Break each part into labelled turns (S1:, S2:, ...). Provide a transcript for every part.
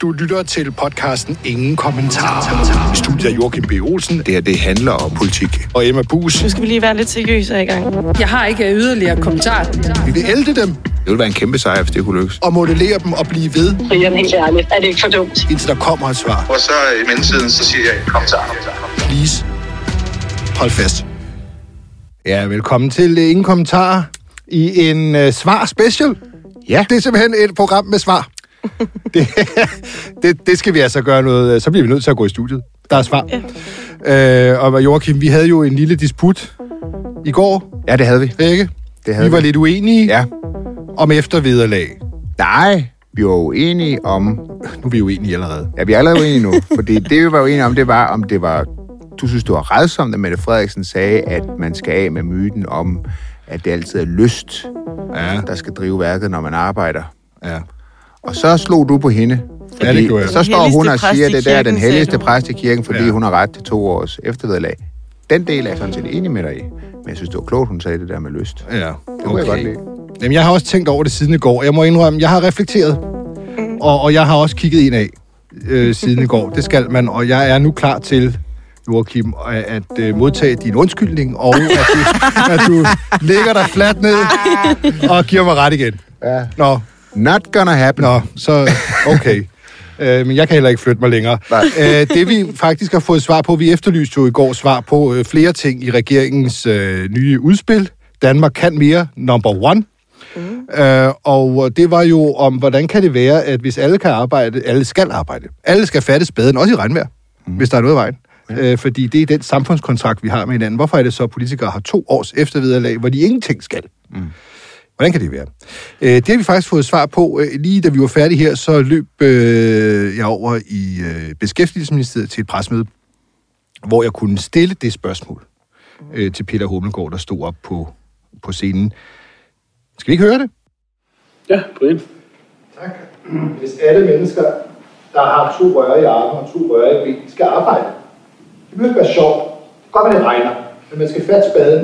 S1: Du lytter til podcasten Ingen Kommentarer. I studiet er Joachim B. Olsen. Det handler om politik. Og Emma Buus.
S2: Nu skal vi lige være lidt seriøse i gang.
S3: Jeg har ikke yderligere kommentarer.
S1: Vi vil ælde dem.
S4: Det ville være en kæmpe sejr, hvis det kunne lykkes.
S1: Og modellere dem og blive ved.
S5: Brian, helt ærligt, er det ikke for dumt?
S1: Indtil der kommer et svar.
S6: Og så i mellemtiden, så siger jeg kommentarer.
S1: Please. Hold fast. Ja, velkommen til Ingen Kommentarer i en svar-special.
S4: Ja.
S1: Det er simpelthen et program med svar. Det skal vi altså gøre noget. Så bliver vi nødt til at gå i studiet. Der er svar. Ja. Og Joachim, vi havde jo en lille disput i går.
S4: Ja, det havde vi.
S1: Ikke?
S4: Det havde
S1: vi var lidt uenige om eftervederlag.
S4: Nej, vi var uenige om...
S1: Nu er vi uenige allerede.
S4: Ja, vi er allerede uenige nu. Fordi det, vi var uenige om, det var... Du synes, det var rædsomt, at Mette Frederiksen sagde, at man skal af med myten om, at det altid er lyst, der skal drive værket, når man arbejder.
S1: Ja.
S4: Og så slog du på hende. Fordi
S1: ja, det gjorde jeg.
S4: Så står hun og siger, at det der er den helligste præst i kirken, fordi hun har ret til 2 års eftervederlag. Den del er jeg sådan set enig med dig i. Men jeg synes, det var klogt, hun sagde det der med lyst.
S1: Ja,
S4: det kunne jeg godt lide.
S1: Jamen, jeg har også tænkt over det siden i går. Jeg må indrømme, jeg har reflekteret. Og jeg har også kigget ind af siden i går. Det skal man. Og jeg er nu klar til, Joachim, at modtage din undskyldning, og at du lægger dig fladt ned og giver mig ret igen.
S4: Ja.
S1: Nå.
S4: Not gonna happen.
S1: Nå, så okay. Men jeg kan heller ikke flytte mig længere. Det vi faktisk har fået svar på, vi efterlyste jo i går svar på flere ting i regeringens nye udspil. Danmark kan mere, number 1. Og det var jo om, hvordan kan det være, at hvis alle kan arbejde, alle skal arbejde. Alle skal fattes baden, også i regnvejr, hvis der er noget i vejen. Fordi det er den samfundskontrakt, vi har med hinanden. Hvorfor er det så, at politikere har 2 års eftervederlag, hvor de ingenting skal? Hvordan kan det være? Det har vi faktisk fået svar på. Lige da vi var færdige her, så løb jeg over i Beskæftigelsesministeriet til et pressemøde, hvor jeg kunne stille det spørgsmål til Peter Hummelgaard, der stod op på scenen. Skal vi ikke høre det?
S7: Ja, Brian.
S1: Tak. Hvis alle mennesker, der har 2 røre i armen og 2 røre i ben, skal arbejde. Det vil ikke være sjovt. Godt, man det regner. Men man skal fatte spaden,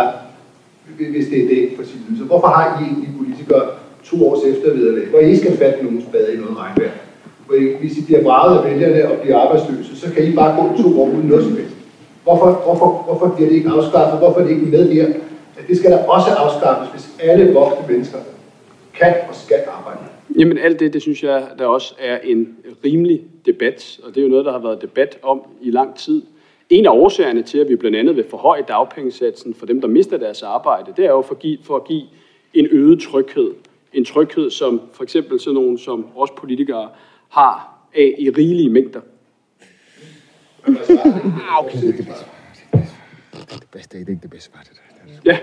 S1: hvis det er det for sin lyd. Så hvorfor har I egentlig politikere 2 års eftervederlag, hvor I skal fatte nogen spade i noget regnvejr? Hvis I bliver vraget af vælgerne og bliver arbejdsløse, så kan I bare gå 2 år uden noget som helst. Hvorfor bliver det ikke afskaffet? Hvorfor er det ikke med der? At det skal der også afskaffes, hvis alle voksne mennesker kan og skal arbejde.
S7: Jamen alt det synes jeg, der også er en rimelig debat, og det er jo noget, der har været debat om i lang tid. En af årsagerne til, at vi blandt andet vil forhøje dagpengesatsen for dem, der mister deres arbejde, det er jo for at give en øget tryghed. En tryghed, som for eksempel sådan nogen som os politikere har af i rigelige mængder.
S4: Okay, det er det bedste. Det er ikke det bedste.
S7: Ja.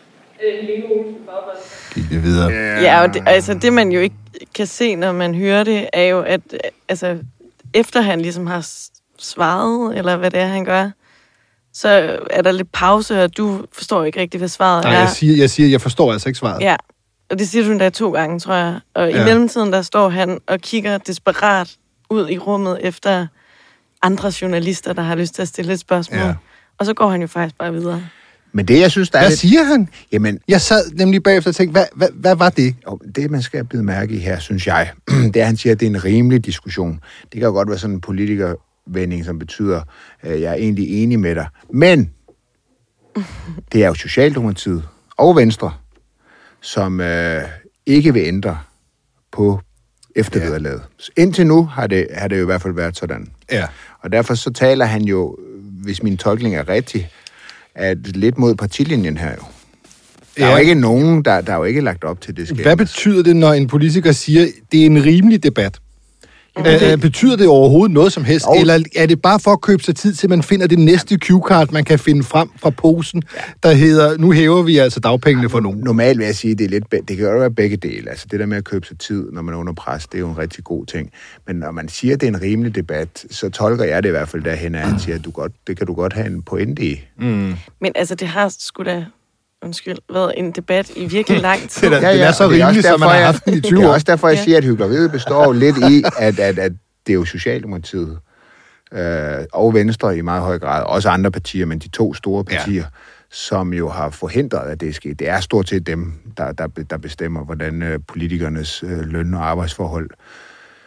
S1: Gik det videre.
S2: Ja, og det man jo ikke kan se, når man hører det, er jo, at efter han ligesom har svaret, eller hvad det er, han gør, så er der lidt pause, og du forstår ikke rigtig, hvad svaret er.
S1: Nej, jeg forstår altså ikke svaret.
S2: Ja, og det siger du endda 2 gange, tror jeg. Og i mellemtiden, der står han og kigger desperat ud i rummet efter andre journalister, der har lyst til at stille et spørgsmål. Ja. Og så går han jo faktisk bare videre.
S4: Men det, jeg synes, der er
S1: Hvad siger han?
S4: Jamen,
S1: jeg sad nemlig bagefter og tænkte, hvad var det?
S4: Det, man skal blive mærke i her, synes jeg, det er, at han siger, at det er en rimelig diskussion. Det kan jo godt være sådan en politikervending, som betyder, at jeg er egentlig enig med dig. Men det er jo Socialdemokratiet og Venstre, som ikke vil ændre på eftervederlaget. Indtil nu har det jo i hvert fald været sådan.
S1: Ja.
S4: Og derfor så taler han jo, hvis min tolkning er rigtig, at lidt mod partilinjen her jo. Der er jo ikke nogen, der er jo ikke lagt op til det skændelse.
S1: Hvad betyder det, når en politiker siger, det er en rimelig debat? Betyder det overhovedet noget som helst? Eller er det bare for at købe sig tid til, man finder det næste cue-card, man kan finde frem fra posen, der hedder, nu hæver vi altså dagpengene for nogen?
S4: Normalt vil jeg sige, det kan jo være begge dele. Altså det der med at købe sig tid, når man er under pres, det er jo en rigtig god ting. Men når man siger, at det er en rimelig debat, så tolker jeg det i hvert fald derhen, at han siger, at det kan du godt have en pointe i.
S2: Men altså, det har sgu da... været en debat i virkelig lang tid.
S1: Den er så rimelig, som man har haft den i 20 år.
S4: Det er også derfor, jeg siger, at hykleriet består jo lidt i, at det er jo Socialdemokratiet og Venstre i meget høj grad, også andre partier, men de 2 store partier, som jo har forhindret, at det er sket. Det er stort set dem, der bestemmer, hvordan politikernes løn- og arbejdsforhold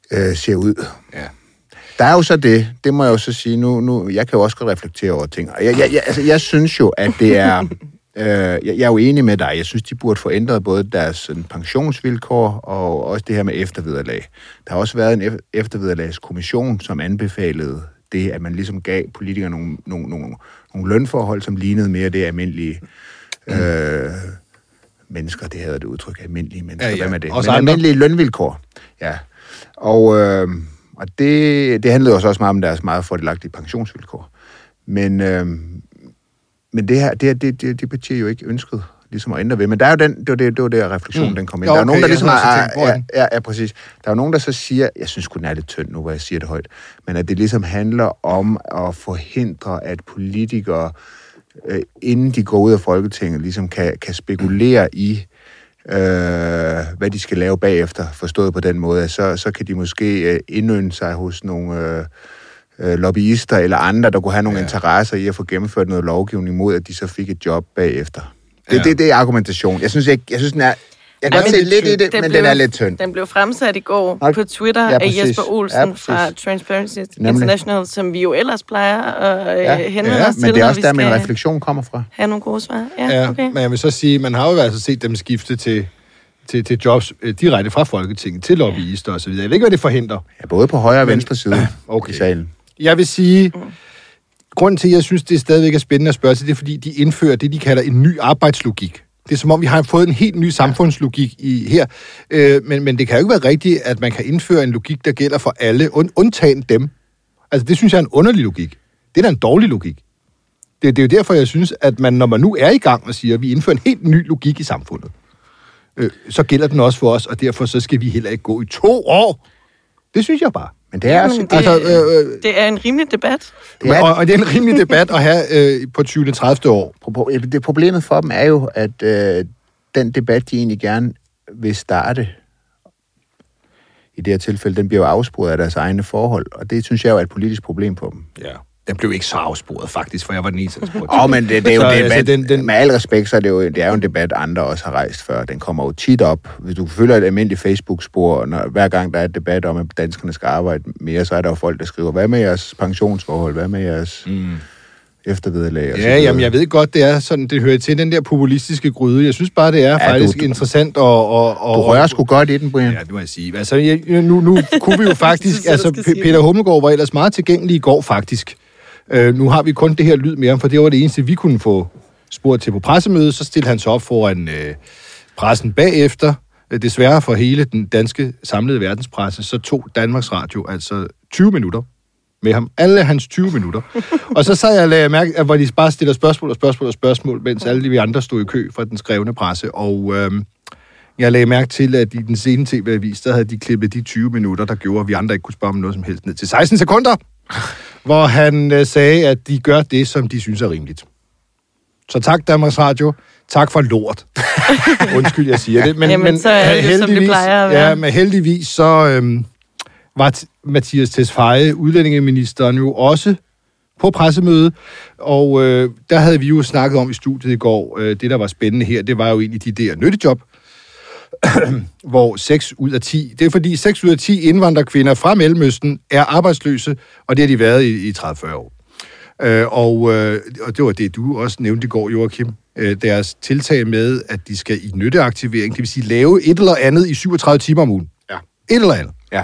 S4: ser ud.
S1: Ja.
S4: Der er jo så det må jeg jo så sige, nu jeg kan jo også godt reflektere over ting. Og jeg synes jo, at det er... Jeg er jo enig med dig. Jeg synes, de burde få ændret både deres pensionsvilkår og også det her med eftervederlag. Der har også været en eftervederlagskommission, som anbefalede det, at man ligesom gav politikere nogle lønforhold, som lignede mere det almindelige mennesker. Det hedder det udtryk, almindelige mennesker. Ja. Hvad med det? Men almindelige lønvilkår. Ja. Og det handlede også meget om deres meget fordelagtige pensionsvilkår. Men det her, de partier jo ikke ønsket ligesom at ændre ved. Men der er jo det var der refleksion, den kom ind. Der er nogen, der ligesom ja, præcis. Der er nogen, der så siger, jeg synes kun den er lidt tynd nu, hvor jeg siger det højt, men at det ligesom handler om at forhindre, at politikere, inden de går ud af Folketinget, ligesom kan spekulere i, hvad de skal lave bagefter, forstået på den måde, så kan de måske indønde sig hos nogle lobbyister eller andre, der kunne have nogle interesser i at få gennemført noget lovgivning mod, at de så fik et job bagefter. Det er argumentation. Jeg synes, den er... Jeg kan se lidt i det, men den er lidt tynd.
S2: Den blev fremsat i går på Twitter af Jesper Olsen fra Transparency International, som vi jo ellers plejer at henvende os til,
S4: men det er også der, min refleksion kommer fra.
S2: Have nogle gode svar. Ja, okay.
S1: Men jeg vil så sige, man har jo altså set dem skifte til jobs direkte fra Folketinget til lobbyister og så videre. Jeg ved ikke, hvad det forhindrer.
S4: Ja, både på højre og venstre side i salen.
S1: Jeg vil sige, grunden til, at jeg synes, det stadigvæk er spændende at spørge til, det er, fordi de indfører det, de kalder en ny arbejdslogik. Det er som om, vi har fået en helt ny samfundslogik her. Men det kan jo ikke være rigtigt, at man kan indføre en logik, der gælder for alle, undtagen dem. Altså, det synes jeg er en underlig logik. Det er da en dårlig logik. Det er jo derfor, jeg synes, at man, når man nu er i gang og siger, at vi indfører en helt ny logik i samfundet, så gælder den også for os, og derfor så skal vi heller ikke gå i 2 år. Det synes jeg bare.
S4: Men det er også...
S2: det er en rimelig debat.
S1: Og det er en rimelig debat at have på 20. 30. år.
S4: Det problemet for dem er jo, at den debat, de egentlig gerne vil starte, i det her tilfælde, den bliver jo afsporet af deres egne forhold. Og det synes jeg jo er et politisk problem på dem.
S1: Ja. Den blev ikke så afsporet, faktisk, for jeg var den eneste, der spurgte.
S4: Men det er jo debat. Med al respekt, så er det er jo en debat, andre også har rejst før. Den kommer jo tit op. Hvis du følger et almindeligt Facebook-spor, hver gang der er et debat om, at danskerne skal arbejde mere, så er der jo folk, der skriver, hvad med jeres pensionsforhold? Hvad med jeres eftervederlag?
S1: Ja, jamen jeg ved godt, det er sådan, det hører til den der populistiske gryde. Jeg synes bare, det er faktisk interessant
S4: du rører sgu godt i den, Brian.
S1: Ja, det må jeg sige. Altså, nu kunne vi jo faktisk... Peter Hummelgaard var ellers meget tilgængelig i går, faktisk. Nu har vi kun det her lyd med ham, for det var det eneste, vi kunne få spurgt til på pressemødet. Så stillede han sig op foran pressen bagefter. Desværre for hele den danske samlede verdenspresse, så tog Danmarks Radio altså 20 minutter med ham. Alle hans 20 minutter. Og så sad jeg og lagde mærke, hvor de bare stiller spørgsmål, mens alle de andre stod i kø fra den skrevne presse. Og jeg lagde mærke til, at i den sene TV-avis, der havde de klippet de 20 minutter, der gjorde, at vi andre ikke kunne spørge om noget som helst, ned til 16 sekunder. Hvor han sagde, at de gør det, som de synes er rimeligt. Så tak, Danmarks Radio. Tak for lort. Undskyld, jeg siger det.
S2: Men så er det, som det plejer at være.
S1: Ja, men heldigvis så var Mattias Tesfaye, udlændingeministeren, jo også på pressemøde. Og der havde vi jo snakket om i studiet i går, det der var spændende her, det var jo egentlig de der nyttejob, hvor 6 ud af 10... Det er fordi 6 ud af 10 indvandrerkvinder fra Mellemøsten er arbejdsløse, og det har de været i 30-40 år. Og det var det, du også nævnte i går, Joachim. Deres tiltag med, at de skal i nytteaktivering, det vil sige lave et eller andet i 37 timer om ugen.
S4: Ja.
S1: Et eller andet.
S4: Ja.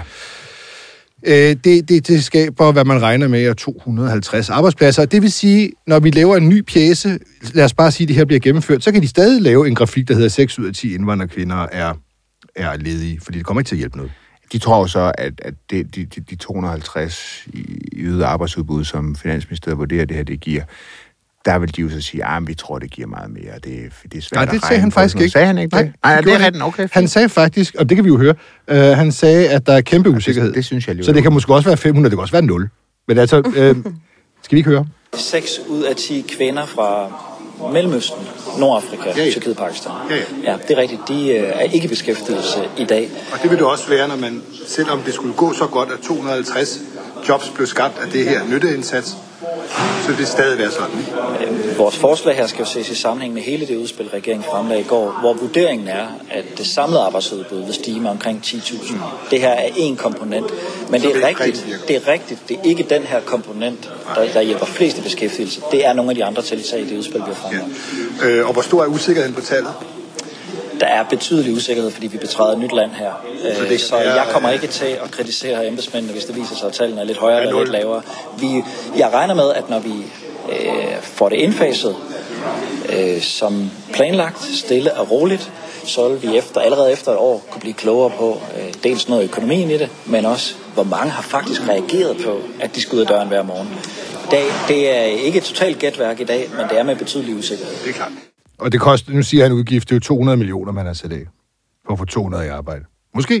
S1: Det skaber, hvad man regner med, er 250 arbejdspladser. Det vil sige, når vi laver en ny pjece, lad os bare sige, at det her bliver gennemført, så kan de stadig lave en grafik, der hedder 6 ud af 10 indvandrerkvinder er ledige, fordi det kommer ikke til at hjælpe noget.
S4: De tror jo så, at de 250 i øget arbejdsudbud, som Finansministeriet vurderer det her, det giver, der vil de jo så sige, at vi tror, det giver meget mere. Det er svært at regne.
S1: Det sagde han faktisk ikke.
S4: Sagde han ikke det?
S1: Nej, det er okay. Han sagde faktisk, og det kan vi jo høre, han sagde, at der er kæmpe usikkerhed.
S4: Det synes jeg lige.
S1: Så det kan måske også være 500, det kan også være 0. Men altså, skal vi ikke høre?
S8: 6 ud af 10 kvinder fra Mellemøsten, Nordafrika, Tyrkiet, Pakistan. Ja, det er rigtigt. De er ikke beskæftigelse i dag.
S1: Og det vil det også være, når man, selvom det skulle gå så godt, at 250 jobs blev skabt af det her nytteindsats, Så det stadig være sådan?
S8: Vores forslag her skal jo ses i sammenhæng med hele det udspil, regeringen fremlagde i går, hvor vurderingen er, at det samlede arbejdsudbud vil stige med omkring 10.000. Det her er én komponent, men det er rigtigt. Det er ikke den her komponent, der hjælper flest i beskæftigelse. Det er nogle af de andre tiltag i det udspil, vi har fremlagt.
S1: Og hvor stor er usikkerheden på tallet?
S8: Der er betydelig usikkerhed, fordi vi betræder et nyt land her. Så jeg kommer ikke til at kritisere embedsmændene, hvis det viser sig, at tallene er lidt højere eller lidt lavere. Jeg regner med, at når vi får det indfaset som planlagt, stille og roligt, så vil vi allerede efter et år kunne blive klogere på dels noget økonomien i det, men også hvor mange har faktisk reageret på, at de skal ud af døren hver morgen. Det er ikke et totalt gætværk i dag, men det er med betydelig usikkerhed.
S1: Det er klart. Og det koster, nu siger han udgift, det er jo 200 millioner, man har sat af for at få 200 i arbejde. Måske.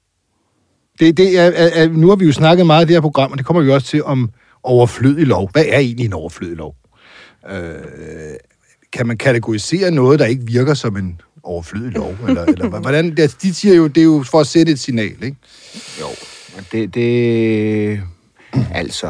S1: Nu har vi jo snakket meget i det her program, og det kommer vi også til om overflødig lov. Hvad er egentlig en overflødig lov? Kan man kategorisere noget, der ikke virker som en overflødig lov? Eller hvordan? De siger jo, det er jo for at sætte et signal, ikke?
S4: Jo, altså...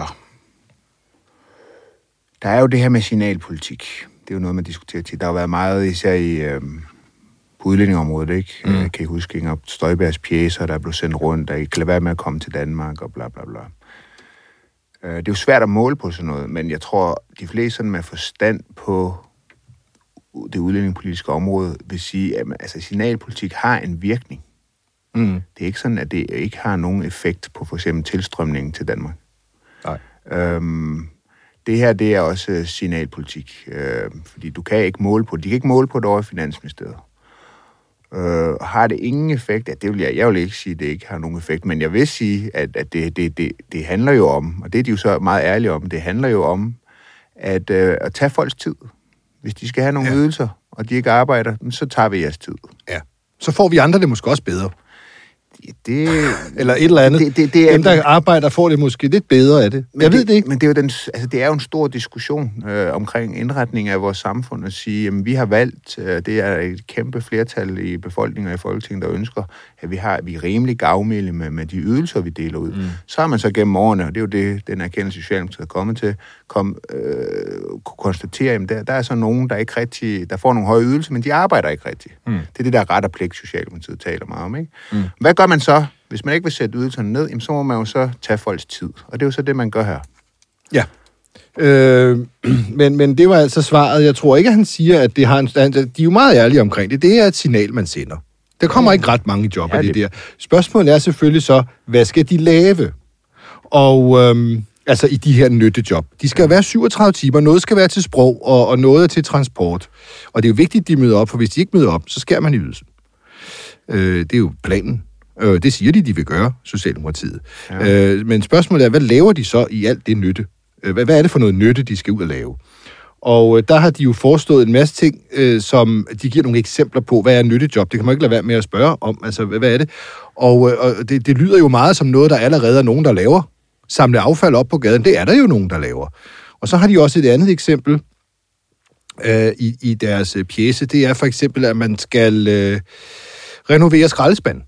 S4: Der er jo det her med signalpolitik. Det er jo noget, man diskuterer tit. Der har været meget, især på udlændingeområdet, ikke? Jeg kan huske Inger Støjbergs pjecer, der blev sendt rundt, der ikke kan lade være med at komme til Danmark, og bla bla bla. Det er jo svært at måle på sådan noget, men jeg tror, de fleste med forstand på det udlændingepolitiske område vil sige, at altså, signalpolitik har en virkning. Det er ikke sådan, at det ikke har nogen effekt på for eksempel tilstrømningen til Danmark.
S1: Nej.
S4: Det her, det er også signalpolitik, fordi du kan ikke måle på det. De kan ikke måle på det over i Finansministeriet. Har det ingen effekt? Det vil jeg vil ikke sige, at det ikke har nogen effekt, men jeg vil sige, at det handler jo om, og det er de jo så meget ærlige om, det handler jo om at tage folks tid. Hvis de skal have nogle ydelser, og de ikke arbejder, så tager vi jeres tid.
S1: Ja. Så får vi andre det måske også bedre. Eller et eller andet. Dem, der arbejder, får det måske lidt bedre af det. Jeg ved det ikke.
S4: Men det er jo en stor diskussion omkring indretning af vores samfund at sige, at vi har valgt, det er et kæmpe flertal i befolkningen og i Folketinget, der ønsker, at vi er rimelig gavmilde med de ydelser, vi deler ud. Så har man så gennem årene, og det er jo den erkendelse, Socialdemokratiet er kommet til, kunne konstatere, at der er så nogen, der ikke rigtig, der får nogle høje ydelser, men de arbejder ikke rigtigt. Det er det der ret og pligt, Socialdemokratiet taler meget om, ikke? Hvad gør man så, hvis man ikke vil sætte ydelserne ned? Jamen, så må man jo så tage folks tid. Og det er jo så det, man gør her.
S1: Ja. Men det var altså svaret. Jeg tror ikke, at han siger, at det har en... De er jo meget ærlige omkring det. Det er et signal, man sender. Der kommer ikke ret mange job af det der. Spørgsmålet er selvfølgelig så, hvad skal de lave? Og altså i de her nyttejob. De skal være 37 timer. Noget skal være til sprog, og noget er til transport. Og det er jo vigtigt, at de møder op, for hvis de ikke møder op, så skærer man i ydelsen. Det er jo planen. Det siger de vil gøre, Socialdemokratiet. Ja. Men spørgsmålet er, hvad laver de så i alt det nytte? Hvad er det for noget nytte, de skal ud og lave? Og der har de jo forestået en masse ting, som de giver nogle eksempler på, hvad er nyttejob? Det kan man ikke lade være med at spørge om. Altså, hvad er det? Og det lyder jo meget som noget, der allerede er nogen, der laver. Samle affald op på gaden, det er der jo nogen, der laver. Og så har de også et andet eksempel i deres pjece. Det er for eksempel, at man skal renovere skraldespanden.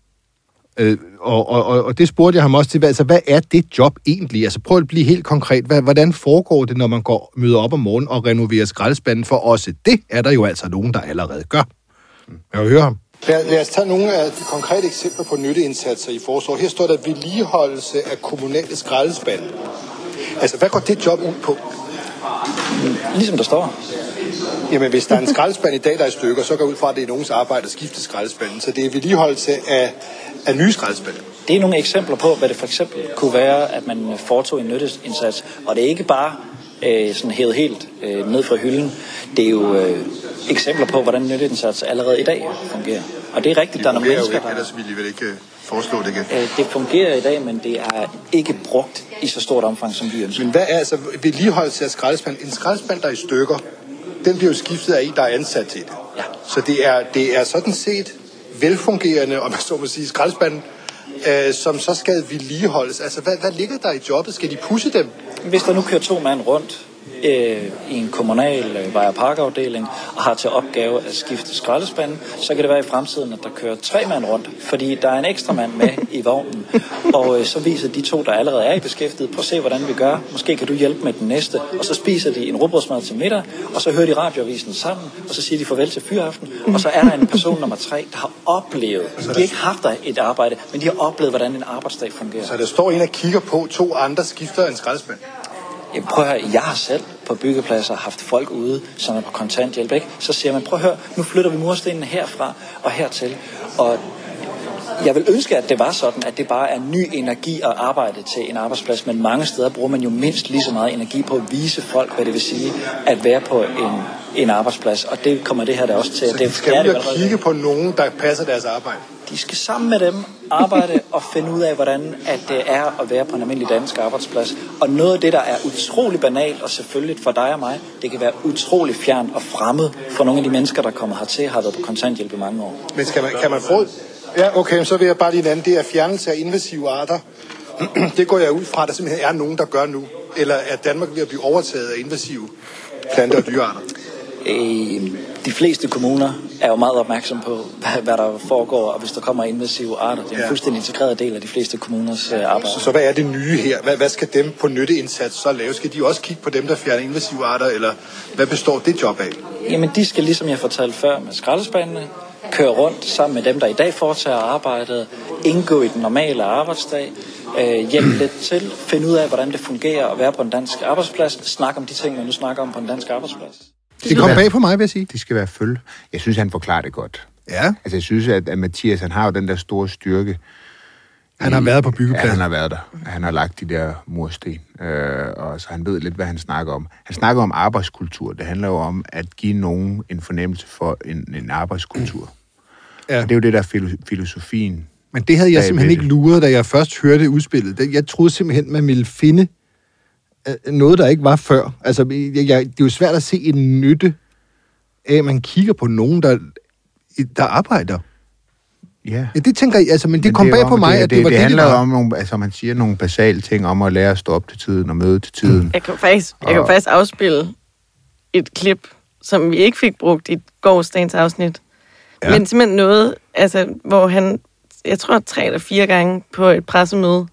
S1: Og det spurgte jeg ham også til, altså hvad er det job egentlig? Altså prøv at blive helt konkret. Hvordan foregår det, når man møder op om morgenen og renoverer skraldespanden? For også det er der jo altså nogen, der allerede gør. Jeg vil høre ham. Lad os tage nogle af de konkrete eksempler på nytteindsatser, I foreslår. Her står der vedligeholdelse af kommunale skraldespande. Altså hvad går det job ud på?
S8: Ligesom der står.
S1: Jamen, hvis der er en skraldespand i dag, der er i stykker, så går ud fra, at det er nogens arbejde at skifte skraldespanden. Så det er vedligeholdelse af nye skraldespande.
S8: Det er nogle eksempler på, hvad det for eksempel kunne være, at man foretog en nytteindsats. Og det er ikke bare sådan hævet helt ned fra hylden. Det er jo eksempler på, hvordan nytteindsats allerede i dag fungerer. Og det er rigtigt, der er nogle mennesker,
S1: der... Ellers vil I vel ikke foreslå det igen?
S8: Det fungerer i dag, men det er ikke brugt i så stort omfang, som vi ønsker.
S1: Men hvad er altså vedligeholdelse af skraldespand? En skraldespand, der er i stykker, den bliver jo skiftet af en, der er ansat til det. Ja. Så det er sådan set velfungerende, om man så må sige, skraldespanden, som så skal vedligeholdes. Altså, hvad ligger der i jobbet? Skal de pudse dem?
S8: Hvis der nu kører 2 mand rundt i en kommunal vej- og parkafdeling og har til opgave at skifte skraldespanden, så kan det være i fremtiden, at der kører 3 mand rundt, fordi der er en ekstra mand med i vognen. Og så viser de 2, der allerede er i beskæftiget, prøv at se, hvordan vi gør. Måske kan du hjælpe med den næste. Og så spiser de en rugbrødsmad til middag, og så hører de radioavisen sammen, og så siger de farvel til fyraften. Og så er der en person nummer 3, der har oplevet, de har ikke haft et arbejde, men de har oplevet, hvordan en arbejdsdag fungerer.
S9: Så der står en og kigger på, 2 andre skifter en skraldespand?
S8: Jamen, prøv at høre, jeg har selv på byggepladser haft folk ude, som er på kontanthjælp, ikke? Så siger man, prøv at høre, nu flytter vi murstenene herfra og hertil. Og jeg vil ønske, at det var sådan, at det bare er ny energi at arbejde til en arbejdsplads, men mange steder bruger man jo mindst lige så meget energi på at vise folk, hvad det vil sige at være på en arbejdsplads. Og det kommer det her da også til.
S9: Så de skal ud og kigge på nogen, der passer deres arbejde?
S8: De skal sammen med dem arbejde og finde ud af, hvordan at det er at være på en almindelig dansk arbejdsplads. Og noget af det, der er utrolig banalt og selvfølgelig for dig og mig, det kan være utrolig fjern og fremmed for nogle af de mennesker, der kommer hertil, har været på kontanthjælp i mange år.
S9: Men kan man få... Ja, okay, så vil jeg bare lige lande. Det er fjernelse af invasive arter. Det går jeg ud fra, at der simpelthen er nogen, der gør nu. Eller er Danmark ved at blive overtaget af invasive plante- og dyrearter?
S8: De fleste kommuner er jo meget opmærksom på, hvad der foregår, og hvis der kommer invasive arter. Det er en fuldstændig integreret del af de fleste kommuners arbejde.
S9: Så hvad er det nye her? Hvad skal dem på nytteindsats så lave? Skal de også kigge på dem, der fjerner invasive arter, eller hvad består det job af?
S8: Jamen, de skal, ligesom jeg fortalte før med skraldespandene, køre rundt sammen med dem, der i dag foretager arbejdet, indgå i den normale arbejdsdag, hjælpe lidt til, finde ud af, hvordan det fungerer at være på en dansk arbejdsplads, snakke om de ting, man nu snakker om på en dansk arbejdsplads.
S1: Det kom bag på mig, vil jeg sige.
S4: De skal være følge. Jeg synes, han forklarer det godt.
S1: Ja.
S4: Altså, jeg synes, at Mathias, han har jo den der store styrke.
S1: Han har været på byggepladsen.
S4: Ja, han har været der. Han har lagt de der mursten, og så han ved lidt, hvad han snakker om. Han snakker om arbejdskultur. Det handler jo om at give nogen en fornemmelse for en arbejdskultur. Ja. Og det er jo det, der er filosofien.
S1: Men det havde jeg simpelthen ikke luret, da jeg først hørte udspillet. Jeg troede simpelthen, man ville finde noget, der ikke var før. Altså, det er jo svært at se en nytte af, at man kigger på nogen, der arbejder.
S4: Ja.
S1: Ja, det tænker jeg, altså, men det kom bag på mig, at det var det,
S4: det handler om nogle, altså man siger nogle basale ting om at lære at stå op til tiden og møde til tiden.
S2: Jeg kan faktisk afspille et klip, som vi ikke fik brugt i gårsdagens afsnit. Ja. Men simpelthen noget, altså, hvor han, jeg tror 3 eller 4 gange på et pressemøde,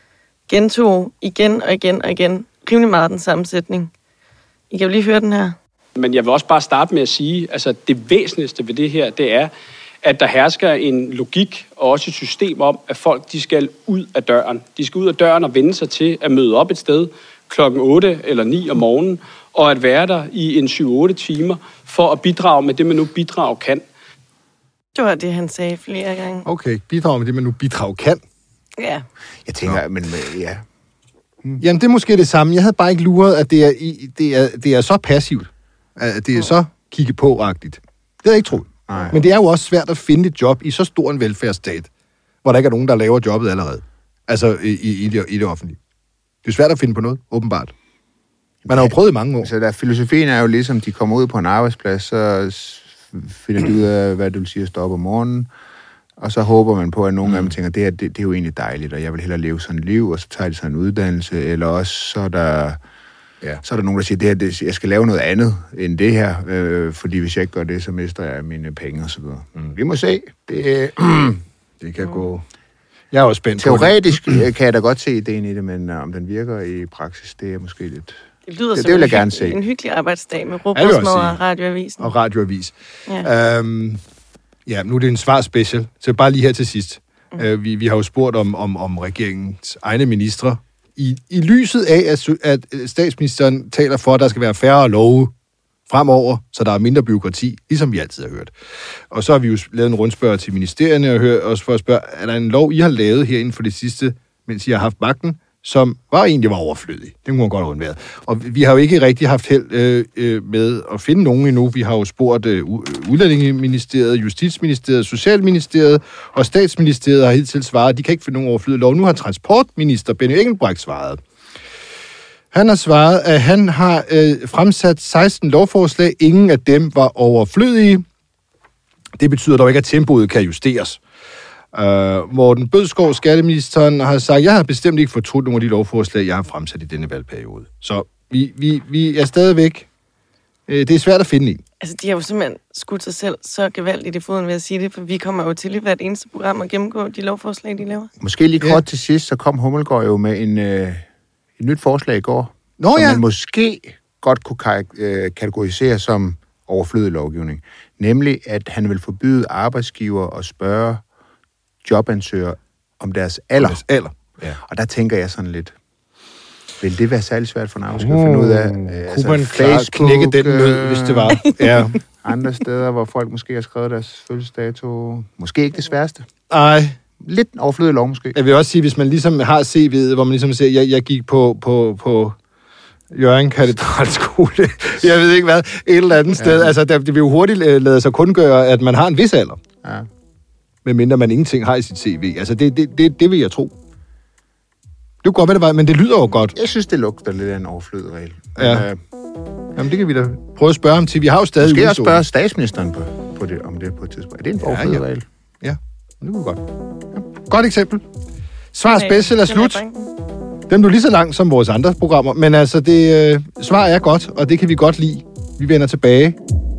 S2: gentog igen og igen og igen rimelig meget den sammensætning. I kan jo lige høre den her.
S7: Men jeg vil også bare starte med at sige, altså det væsentligste ved det her, det er, at der hersker en logik og også et system om, at folk de skal ud af døren. De skal ud af døren og vende sig til at møde op et sted klokken 8 eller 9 om morgenen, og at være der i en 7-8 timer for at bidrage med det, man nu bidrage kan.
S2: Det var det, han sagde flere gange.
S1: Okay, bidrage med det, man nu bidrage kan.
S2: Ja.
S4: Jeg tænker, men ja.
S1: Jamen, det er måske det samme. Jeg havde bare ikke luret, at det er så passivt. At det er så kigge på-agtigt. Det havde jeg ikke troet. Nej. Men det er jo også svært at finde et job i så stor en velfærdsstat, hvor der ikke er nogen, der laver jobbet allerede. Altså i det offentlige. Det er svært at finde på noget, åbenbart. Man har jo prøvet i mange år.
S4: Så der filosofien er jo ligesom, de kommer ud på en arbejdsplads, så finder de ud af, hvad du vil sige at stå op om morgenen, og så håber man på, at nogle af dem tænker, det er jo egentlig dejligt, og jeg vil hellere leve sådan et liv, og så tager de sådan en uddannelse, eller også så er der nogen, der siger, jeg skal lave noget andet end det her, fordi hvis jeg ikke gør det, så mister jeg mine penge og så videre. Vi må se. Det kan gå.
S1: Jeg er også spændt.
S4: Teoretisk kan jeg da godt se ideen i det, men om den virker i praksis, det er måske lidt.
S2: Det lyder
S4: det vil jeg gerne se.
S2: En hyggelig arbejdsdag med rugbrødsmad og radioavisen.
S1: Og radioavis. Ja. Ja, nu er det en svar-special, så bare lige her til sidst. Vi har jo spurgt om regeringens egne ministre. I lyset af, at statsministeren taler for, at der skal være færre love fremover, så der er mindre byråkrati, ligesom vi altid har hørt. Og så har vi jo lavet en rundspørg til ministerierne og hørt også for at spørge, er der en lov, I har lavet her inden for det sidste, mens I har haft magten, som egentlig var overflødig. Det kunne man godt have undværet. Og vi har jo ikke rigtig haft held med at finde nogen endnu. Vi har jo spurgt Udlændingeministeriet, Justitsministeriet, Socialministeriet og Statsministeriet har hidtil svaret, at de kan ikke finde nogen overflødig lov. Nu har transportminister Benny Engelbrecht svaret. Han har svaret, at han har fremsat 16 lovforslag. Ingen af dem var overflødige. Det betyder dog ikke, at tempoet kan justeres. Morten Bødskov, skatteministeren, har sagt, jeg har bestemt ikke fortrudt nogle af de lovforslag, jeg har fremsat i denne valgperiode. Så Vi er stadigvæk... det er svært at finde en.
S2: Altså, de har jo simpelthen skudt sig selv så gevaldigt i foden ved at sige det, for vi kommer jo til i hvert eneste program at gennemgå de lovforslag, de laver.
S4: Måske lige kort til sidst, så kom Hummelgaard jo med et nyt forslag i går, som man måske godt kunne kategorisere som overflødig lovgivning. Nemlig, at han vil forbyde arbejdsgiver at spørge jobansøgere om deres alder.
S1: Ja.
S4: Og der tænker jeg sådan lidt, vil det være særlig svært for en arbejdsgiver at finde ud af?
S1: Kunne man knække den nød, hvis det var? Ja.
S4: Andre steder, hvor folk måske har skrevet deres fødselsdato. Måske ikke det sværeste.
S1: Nej.
S4: Lidt overflødig lov måske.
S1: Jeg vil også sige, hvis man ligesom har CV'et, hvor man ligesom siger, jeg gik på Jørgen Katedralskole, jeg ved ikke hvad, et eller andet sted. Altså, det vil jo hurtigt lade sig kun gøre, at man har en vis alder.
S4: Ja.
S1: Medmindre man ingenting har i sit CV. Altså, det vil jeg tro. Det kunne godt være, det var, men det lyder jo godt.
S4: Jeg synes, det lugter lidt af en overflødig regel.
S1: Ja. Jamen, det kan vi da prøve at spørge ham til. Vi har jo stadig...
S4: Måske også spørge statsministeren på det, om det på et tidspunkt. Er det en overflødig regel?
S1: Ja, det kunne godt. Ja. Godt eksempel. Svar special er slut. Den blev lige så lang som vores andre programmer, men altså, svar er godt, og det kan vi godt lide. Vi vender tilbage